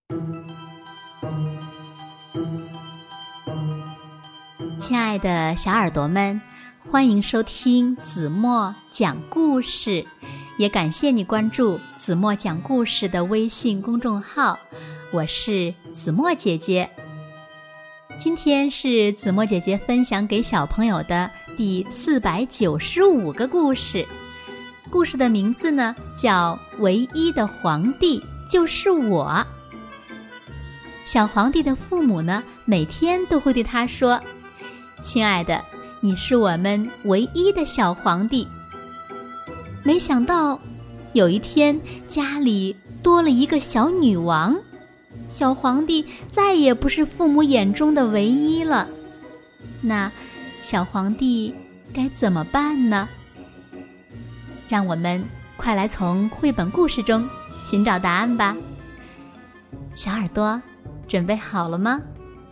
亲爱的小耳朵们，欢迎收听子墨讲故事，也感谢你关注子墨讲故事的微信公众号，我是子墨姐姐。今天是子墨姐姐分享给小朋友的第495个故事，故事的名字呢叫《唯一的皇帝就是我》。小皇帝的父母呢，每天都会对他说：亲爱的，你是我们唯一的小皇帝。没想到有一天家里多了一个小女王，小皇帝再也不是父母眼中的唯一了。那小皇帝该怎么办呢？让我们快来从绘本故事中寻找答案吧。小耳朵准备好了吗？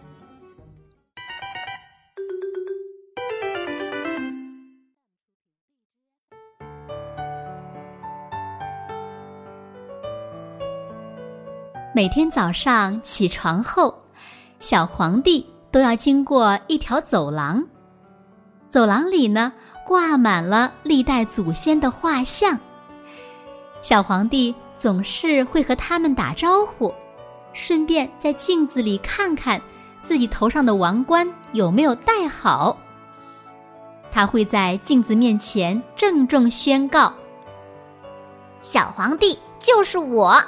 每天早上起床后，小皇帝都要经过一条走廊，走廊里呢挂满了历代祖先的画像。小皇帝总是会和他们打招呼，顺便在镜子里看看自己头上的王冠有没有戴好。他会在镜子面前郑重宣告： 小皇帝就是我。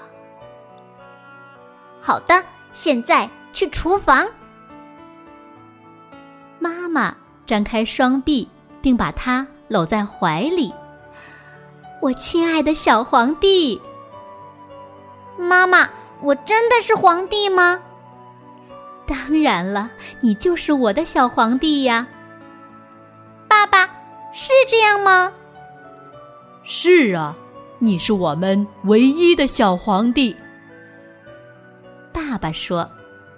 好的，现在去厨房。 妈妈张开双臂，并把他搂在怀里。我亲爱的小皇帝。 妈妈，我真的是皇帝吗？ 当然了，你就是我的小皇帝呀。 爸爸，是这样吗？ 是啊，你是我们唯一的小皇帝。 爸爸说：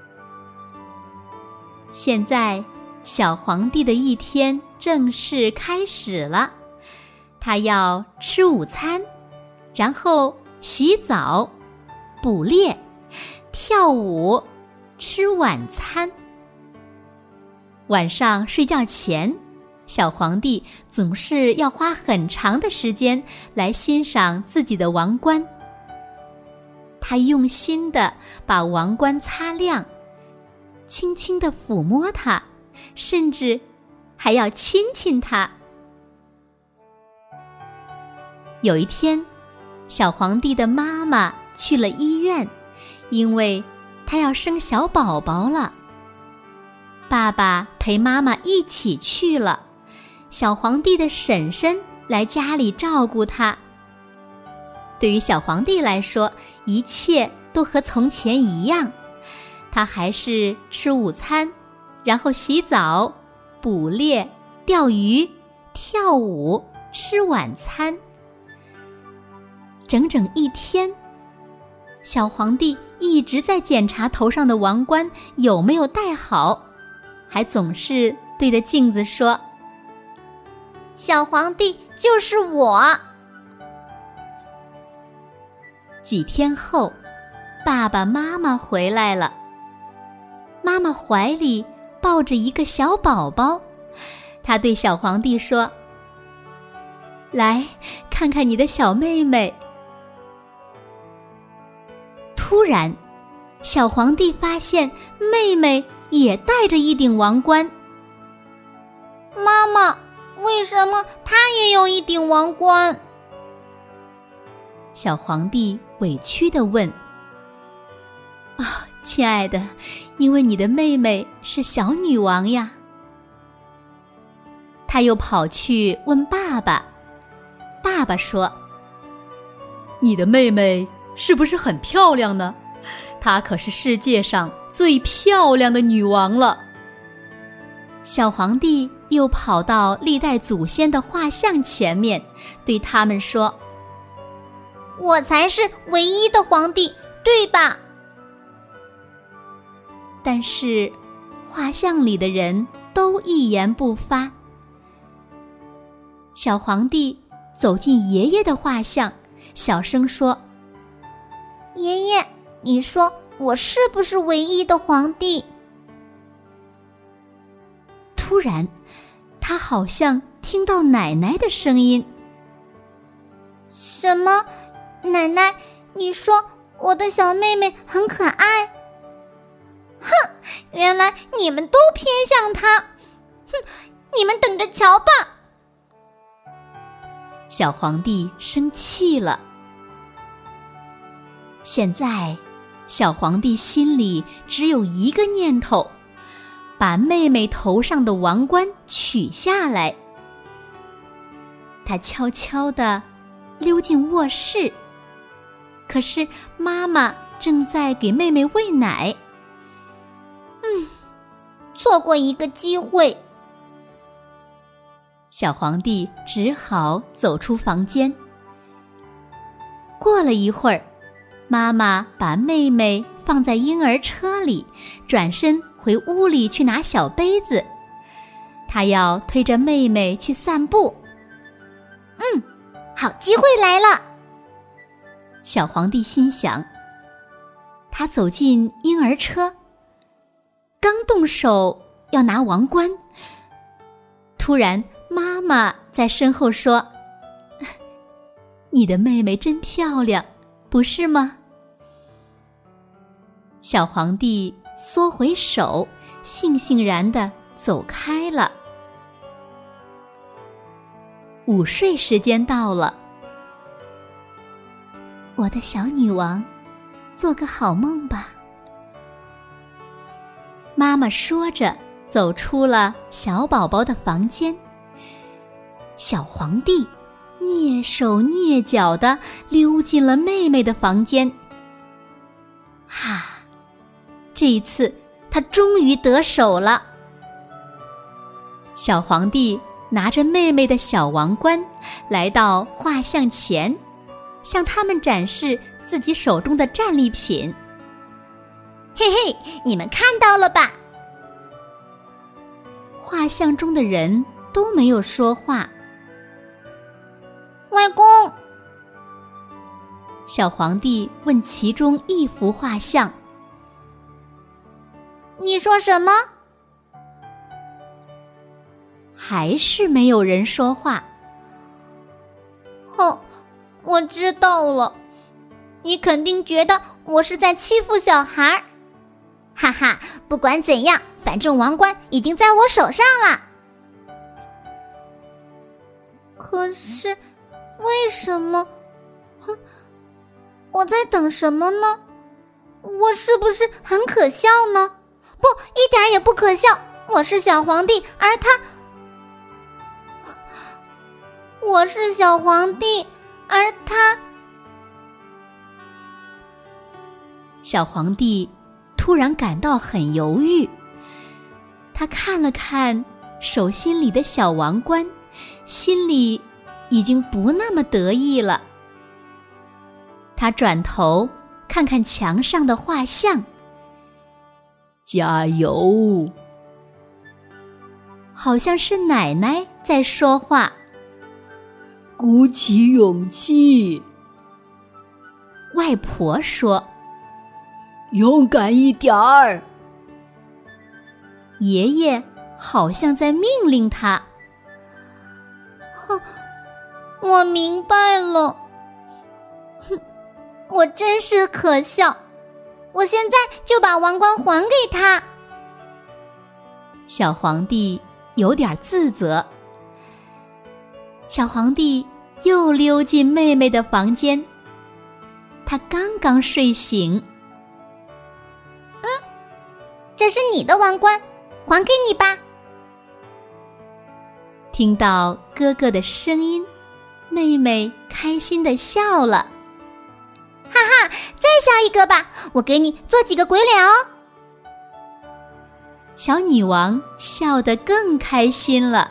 现在小皇帝的一天正式开始了，他要吃午餐，然后洗澡、捕猎、跳舞、吃晚餐。晚上睡觉前，小皇帝总是要花很长的时间来欣赏自己的王冠。他用心地把王冠擦亮，轻轻地抚摸它，甚至还要亲亲它。有一天，小皇帝的妈妈去了医院，因为她要生小宝宝了。爸爸陪妈妈一起去了，小皇帝的婶婶来家里照顾他。对于小皇帝来说，一切都和从前一样，他还是吃午餐，然后洗澡、捕猎、钓鱼、跳舞、吃晚餐。整整一天，小皇帝一直在检查头上的王冠有没有戴好，还总是对着镜子说： 小皇帝就是我。 几天后，爸爸妈妈回来了，妈妈怀里抱着一个小宝宝，她对小皇帝说：来，看看你的小妹妹。突然，小皇帝发现妹妹也戴着一顶王冠。 妈妈，为什么她也有一顶王冠？ 小皇帝委屈地问：亲爱的，因为你的妹妹是小女王呀。他又跑去问爸爸，爸爸说： 你的妹妹是不是很漂亮呢？她可是世界上最漂亮的女王了。 小皇帝又跑到历代祖先的画像前面，对他们说： 我才是唯一的皇帝，对吧？ 但是画像里的人都一言不发。小皇帝走进爷爷的画像，小声说： 爷爷，你说我是不是唯一的皇帝？ 突然，他好像听到奶奶的声音。 什么？奶奶，你说我的小妹妹很可爱？哼，原来你们都偏向她。哼，你们等着瞧吧。 小皇帝生气了。现在，小皇帝心里只有一个念头，把妹妹头上的王冠取下来。他悄悄地溜进卧室，可是妈妈正在给妹妹喂奶。 错过一个机会。 小皇帝只好走出房间。过了一会儿，妈妈把妹妹放在婴儿车里，转身回屋里去拿小杯子。她要推着妹妹去散步。 好机会来了！ 小皇帝心想。他走进婴儿车，刚动手要拿王冠，突然妈妈在身后说：“你的妹妹真漂亮，不是吗？”小皇帝缩回手，悻悻然地走开了。午睡时间到了，我的小女王，做个好梦吧。妈妈说着，走出了小宝宝的房间。小皇帝蹑手蹑脚地溜进了妹妹的房间。这一次他终于得手了。小皇帝拿着妹妹的小王冠，来到画像前，向他们展示自己手中的战利品。 嘿嘿，你们看到了吧？ 画像中的人都没有说话。 外公， 小皇帝问其中一幅画像：“ 你说什么？” 还是没有人说话。 哼，我知道了，你肯定觉得我是在欺负小孩。哈哈，不管怎样，反正王冠已经在我手上了。可是，为什么？我在等什么呢？我是不是很可笑呢？不，一点也不可笑。我是小皇帝，而他……我是小皇帝，而他…… 小皇帝突然感到很犹豫。他看了看手心里的小王冠，心里已经不那么得意了。他转头看看墙上的画像，加油！好像是奶奶在说话。鼓起勇气。外婆说：“勇敢一点儿。”爷爷好像在命令他。 我明白了。我真是可笑。我现在就把王冠还给他。 小皇帝有点自责。小皇帝又溜进妹妹的房间。他刚刚睡醒。 这是你的王冠，还给你吧。 听到哥哥的声音，妹妹开心地笑了。 哈哈，再笑一个吧，我给你做几个鬼脸哦。 小女王笑得更开心了。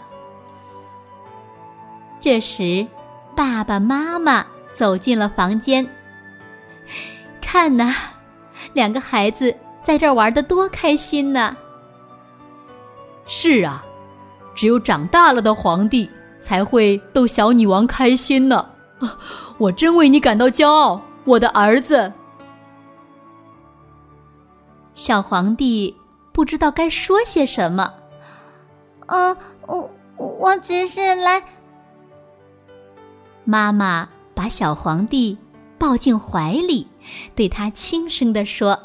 这时，爸爸妈妈走进了房间。看呐，两个孩子在这儿玩得多开心呐！是啊，只有长大了的皇帝才会逗小女王开心呢。我真为你感到骄傲，我的儿子。 小皇帝不知道该说些什么。 我只是来…… 妈妈把小皇帝抱进怀里，对他轻声地说：“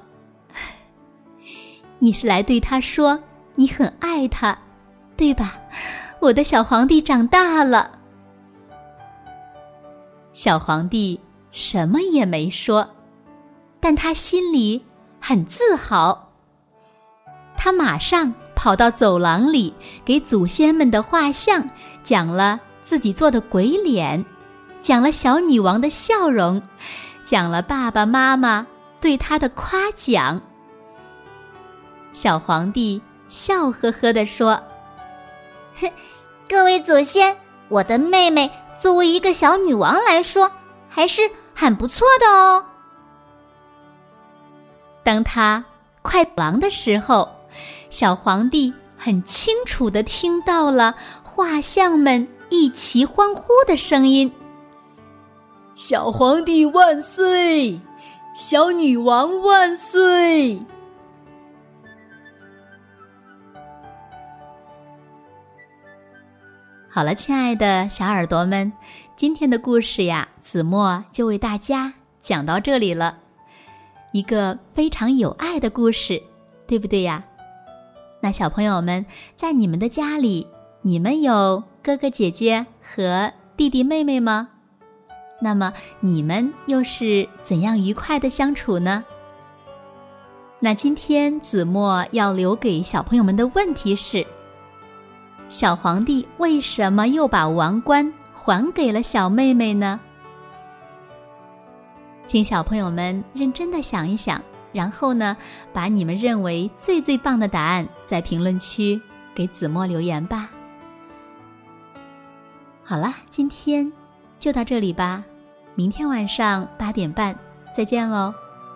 你是来对他说你很爱他，对吧？我的小皇帝长大了。”小皇帝什么也没说，但他心里很自豪。他马上跑到走廊里，给祖先们的画像讲了自己做的鬼脸，讲了小女王的笑容，讲了爸爸妈妈对他的夸奖。小皇帝笑呵呵地说：“ 各位祖先，我的妹妹作为一个小女王来说，还是很不错的哦。” 当他快亡的时候，小皇帝很清楚地听到了画像们一齐欢呼的声音：“ 小皇帝万岁！小女王万岁！” 好了，亲爱的小耳朵们，今天的故事呀，子墨就为大家讲到这里了。一个非常有爱的故事，对不对呀？那小朋友们，在你们的家里，你们有哥哥姐姐和弟弟妹妹吗？那么你们又是怎样愉快的相处呢？那今天子墨要留给小朋友们的问题是：小皇帝为什么又把王冠还给了小妹妹呢？请小朋友们认真的想一想，然后呢，把你们认为最棒的答案在评论区给子墨留言吧。好了，今天就到这里吧，明天晚上8点半再见喽。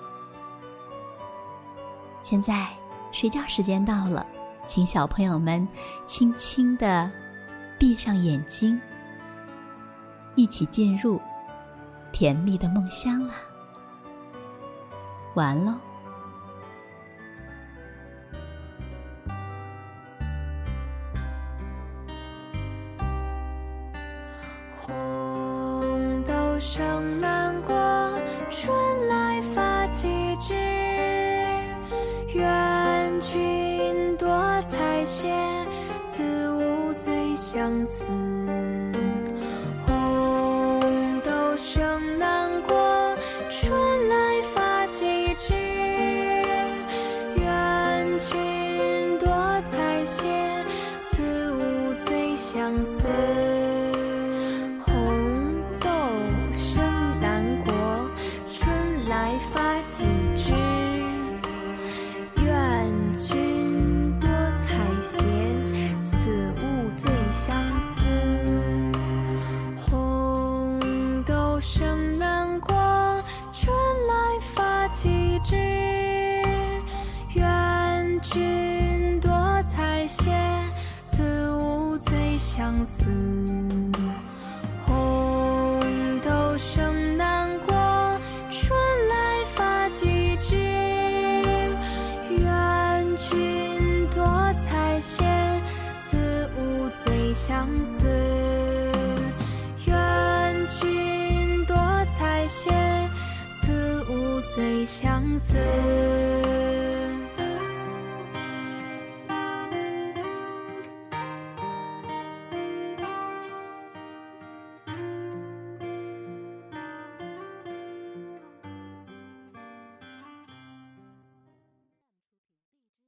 现在睡觉时间到了，请小朋友们轻轻地闭上眼睛，一起进入甜蜜的梦乡了。晚安喽。 红豆生南国，春来发几枝。愿君多采撷，此物最相思。红豆生南国，春来发几枝。愿君多采撷，此物最相思。生南国，春来发几枝。愿君多采撷，此物最相思。